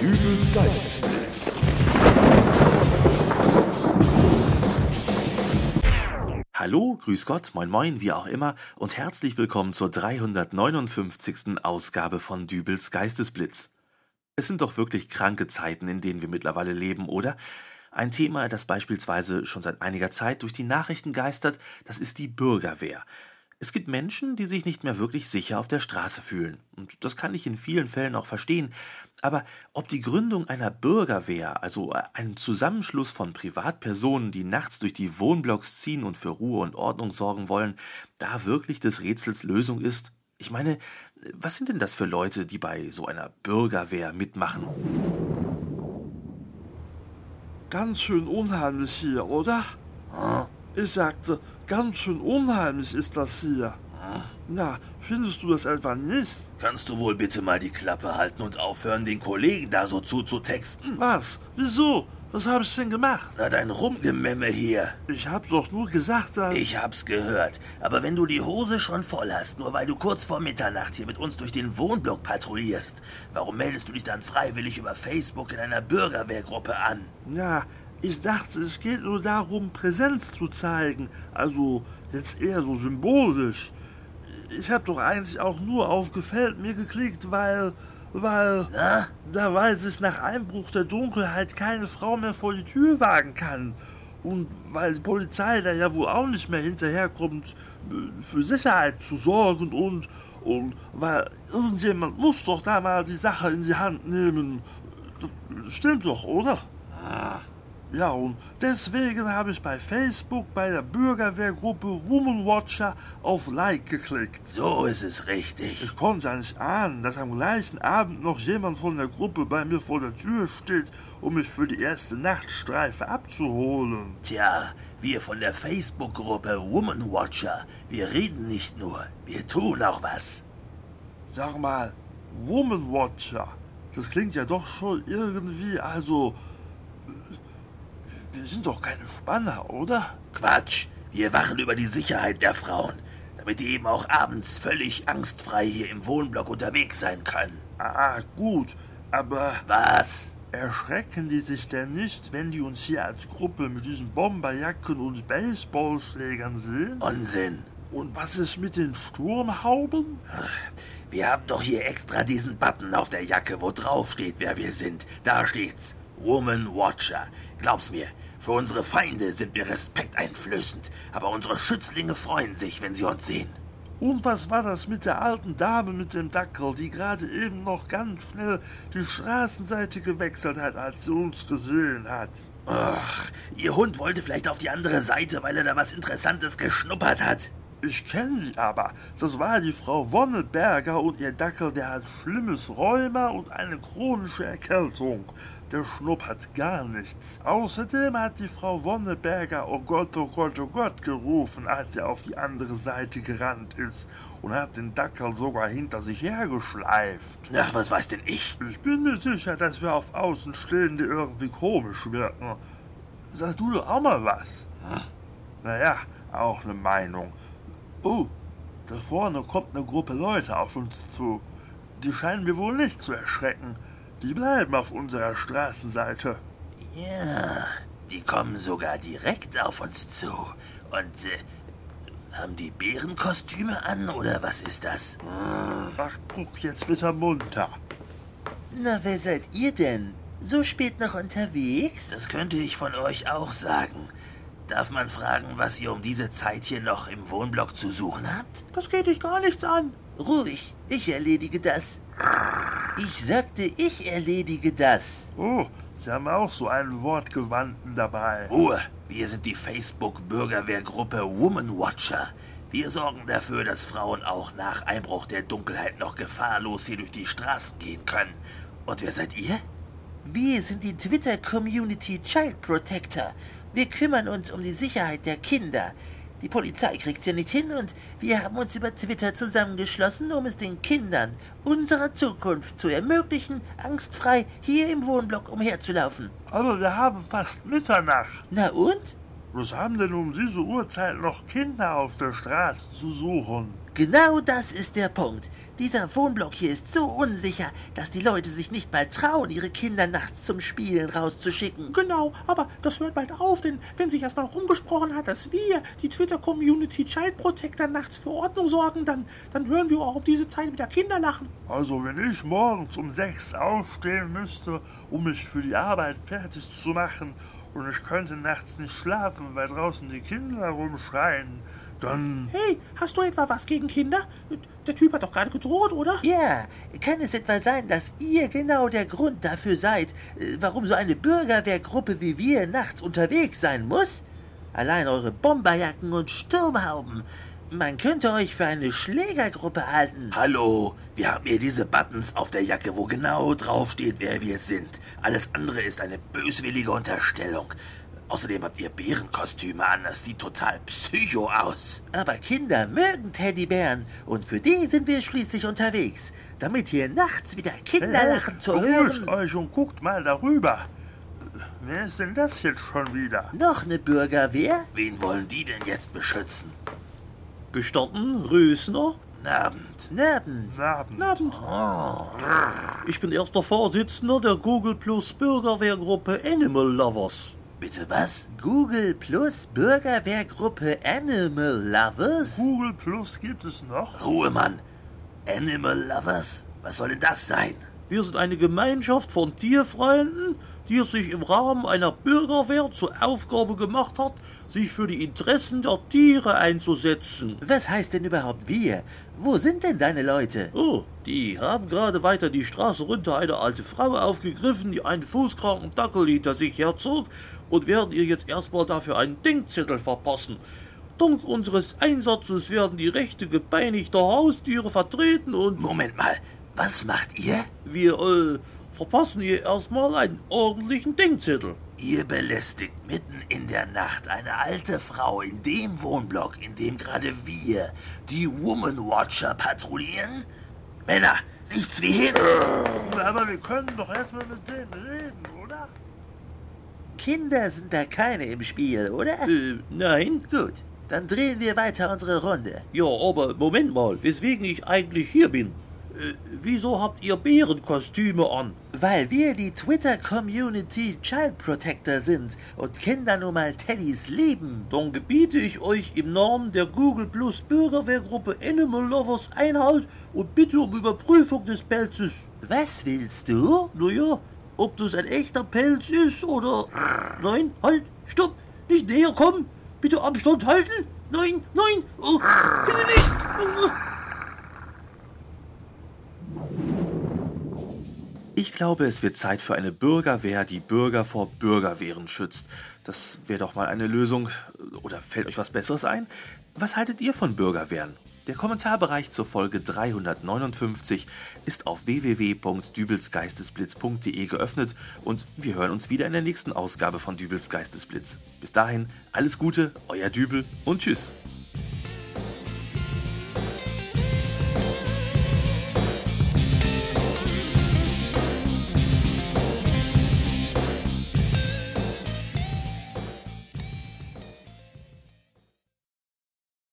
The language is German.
Dübels Geistesblitz. Hallo, grüß Gott, moin moin, wie auch immer und herzlich willkommen zur 359. Ausgabe von Dübels Geistesblitz. Es sind doch wirklich kranke Zeiten, in denen wir mittlerweile leben, oder? Ein Thema, das beispielsweise schon seit einiger Zeit durch die Nachrichten geistert, das ist die Bürgerwehr. Es gibt Menschen, die sich nicht mehr wirklich sicher auf der Straße fühlen. Und das kann ich in vielen Fällen auch verstehen. Aber ob die Gründung einer Bürgerwehr, also ein Zusammenschluss von Privatpersonen, die nachts durch die Wohnblocks ziehen und für Ruhe und Ordnung sorgen wollen, da wirklich des Rätsels Lösung ist? Ich meine, was sind denn das für Leute, die bei so einer Bürgerwehr mitmachen? Ganz schön unheimlich hier, oder? Ich sagte, ganz schön unheimlich ist das hier. Na, findest du das etwa nicht? Kannst du wohl bitte mal die Klappe halten und aufhören, den Kollegen da so zuzutexten? Was? Wieso? Was habe ich denn gemacht? Na, dein Rumgememme hier. Ich hab doch nur gesagt, dass... Ich hab's gehört. Aber wenn du die Hose schon voll hast, nur weil du kurz vor Mitternacht hier mit uns durch den Wohnblock patrouillierst, warum meldest du dich dann freiwillig über Facebook in einer Bürgerwehrgruppe an? Ja, ich dachte, es geht nur darum, Präsenz zu zeigen. Also, jetzt eher so symbolisch. Ich hab doch eigentlich auch nur auf Gefällt mir geklickt, weil... Na? Da weiß ich nach Einbruch der Dunkelheit keine Frau mehr vor die Tür wagen kann. Und weil die Polizei da ja wohl auch nicht mehr hinterherkommt, für Sicherheit zu sorgen und weil irgendjemand muss doch da mal die Sache in die Hand nehmen. Das stimmt doch, oder? Ja, und deswegen habe ich bei Facebook bei der Bürgerwehrgruppe Woman Watcher auf Like geklickt. So ist es richtig. Ich konnte ja nicht ahnen, dass am gleichen Abend noch jemand von der Gruppe bei mir vor der Tür steht, um mich für die erste Nachtstreife abzuholen. Tja, wir von der Facebook-Gruppe Woman Watcher, wir reden nicht nur, wir tun auch was. Sag mal, Woman Watcher, das klingt ja doch schon irgendwie, also... Wir sind doch keine Spanner, oder? Quatsch, wir wachen über die Sicherheit der Frauen, damit die eben auch abends völlig angstfrei hier im Wohnblock unterwegs sein können. Ah, gut, aber... Was? Erschrecken die sich denn nicht, wenn die uns hier als Gruppe mit diesen Bomberjacken und Baseballschlägern sehen? Unsinn. Und was ist mit den Sturmhauben? Wir haben doch hier extra diesen Button auf der Jacke, wo drauf steht, wer wir sind. Da steht's. Woman Watcher. Glaub's mir, für unsere Feinde sind wir respekteinflößend, aber unsere Schützlinge freuen sich, wenn sie uns sehen. Und was war das mit der alten Dame mit dem Dackel, die gerade eben noch ganz schnell die Straßenseite gewechselt hat, als sie uns gesehen hat? Ach, ihr Hund wollte vielleicht auf die andere Seite, weil er da was Interessantes geschnuppert hat. Ich kenne sie aber. Das war die Frau Wonneberger und ihr Dackel, der hat schlimmes Rheuma und eine chronische Erkältung. Der schnuppert gar nichts. Außerdem hat die Frau Wonneberger oh Gott, gerufen, als er auf die andere Seite gerannt ist und hat den Dackel sogar hinter sich hergeschleift. Ach, was weiß denn ich? Ich bin mir sicher, dass wir auf Außenstehende irgendwie komisch wirken. Sag du doch auch mal was. Naja, auch eine Meinung. Oh, da vorne kommt eine Gruppe Leute auf uns zu. Die scheinen wir wohl nicht zu erschrecken. Die bleiben auf unserer Straßenseite. Ja, die kommen sogar direkt auf uns zu. Und, haben die Bärenkostüme an, oder was ist das? Ach, guck jetzt wieder munter. Na, wer seid ihr denn? So spät noch unterwegs? Das könnte ich von euch auch sagen. Darf man fragen, was ihr um diese Zeit hier noch im Wohnblock zu suchen habt? Das geht dich gar nichts an. Ruhig, ich erledige das. Ich sagte, ich erledige das. Oh, Sie haben auch so einen Wortgewandten dabei. Ruhe, wir sind die Facebook-Bürgerwehrgruppe Woman Watcher. Wir sorgen dafür, dass Frauen auch nach Einbruch der Dunkelheit noch gefahrlos hier durch die Straßen gehen können. Und wer seid ihr? Wir sind die Twitter-Community Child Protector. Wir kümmern uns um die Sicherheit der Kinder. Die Polizei kriegt's ja nicht hin und wir haben uns über Twitter zusammengeschlossen, um es den Kindern unserer Zukunft zu ermöglichen, angstfrei hier im Wohnblock umherzulaufen. Aber wir haben fast Mitternacht. Na und? Was haben denn um diese Uhrzeit noch Kinder auf der Straße zu suchen? Genau das ist der Punkt. Dieser Wohnblock hier ist so unsicher, dass die Leute sich nicht mal trauen, ihre Kinder nachts zum Spielen rauszuschicken. Genau, aber das hört bald auf, denn wenn sich erstmal rumgesprochen hat, dass wir, die Twitter-Community Child Protector, nachts für Ordnung sorgen, dann hören wir auch um diese Zeit wieder Kinder lachen. Also wenn ich morgens um 6 aufstehen müsste, um mich für die Arbeit fertig zu machen und ich könnte nachts nicht schlafen, weil draußen die Kinder rumschreien, dann... Hey, hast du etwa was gegen Kinder? Der Typ hat doch gerade gedroht, oder? Ja, kann es etwa sein, dass ihr genau der Grund dafür seid, warum so eine Bürgerwehrgruppe wie wir nachts unterwegs sein muss? Allein eure Bomberjacken und Sturmhauben. Man könnte euch für eine Schlägergruppe halten. Hallo, wir haben hier diese Buttons auf der Jacke, wo genau draufsteht, wer wir sind. Alles andere ist eine böswillige Unterstellung. Außerdem habt ihr Bärenkostüme an, das sieht total psycho aus. Aber Kinder mögen Teddybären und für die sind wir schließlich unterwegs, damit hier nachts wieder Kinderlachen zu beruhigt hören. euch und guckt mal darüber. Wer ist denn das jetzt schon wieder? Noch eine Bürgerwehr? Wen wollen die denn jetzt beschützen? Gestatten, Rösner? Abend. Nabend. Abend. Ich bin erster Vorsitzender der Google Plus Bürgerwehrgruppe Animal Lovers. Bitte was? Google Plus Bürgerwehrgruppe Animal Lovers? Google Plus gibt es noch? Ruhe, Mann. Animal Lovers? Was soll denn das sein? Wir sind eine Gemeinschaft von Tierfreunden, die es sich im Rahmen einer Bürgerwehr zur Aufgabe gemacht hat, sich für die Interessen der Tiere einzusetzen. Was heißt denn überhaupt wir? Wo sind denn deine Leute? Oh, die haben gerade weiter die Straße runter eine alte Frau aufgegriffen, die einen fußkranken Dackel hinter sich herzog, und werden ihr jetzt erstmal dafür einen Denkzettel verpassen. Dank unseres Einsatzes werden die Rechte gebeinigter Haustiere vertreten und Moment mal, was macht ihr? wir verpassen ihr erstmal einen ordentlichen Denkzettel. Ihr belästigt mitten in der Nacht eine alte Frau in dem Wohnblock, in dem gerade wir, die Woman Watcher, patrouillieren? Männer, nichts wie hin! Aber wir können doch erstmal mit denen reden, oder? Kinder sind da keine im Spiel, oder? Nein? Gut, dann drehen wir weiter unsere Runde. Ja, aber Moment mal, weswegen ich eigentlich hier bin. Wieso habt ihr Bärenkostüme an? Weil wir die Twitter-Community Child Protector sind und Kinder nun mal Teddys lieben. Dann gebiete ich euch im Namen der Google Plus Bürgerwehrgruppe Animal Lovers Einhalt und bitte um Überprüfung des Pelzes. Was willst du? Naja, ob das ein echter Pelz ist oder... Nein, halt, stopp, nicht näher kommen. Bitte Abstand halten. Nein, nein, oh, bitte nicht. Ich glaube, es wird Zeit für eine Bürgerwehr, die Bürger vor Bürgerwehren schützt. Das wäre doch mal eine Lösung. Oder fällt euch was Besseres ein? Was haltet ihr von Bürgerwehren? Der Kommentarbereich zur Folge 359 ist auf www.dübelsgeistesblitz.de geöffnet und wir hören uns wieder in der nächsten Ausgabe von Dübels Geistesblitz. Bis dahin, alles Gute, euer Dübel und tschüss.